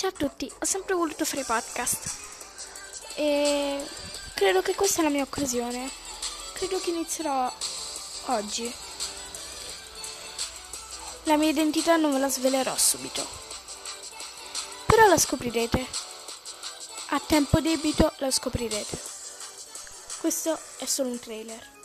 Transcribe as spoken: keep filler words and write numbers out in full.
Ciao a tutti, ho sempre voluto fare podcast e credo che questa è la mia occasione. Credo che inizierò oggi. La mia identità non ve la svelerò subito, però la scoprirete. A tempo debito la scoprirete. Questo è solo un trailer.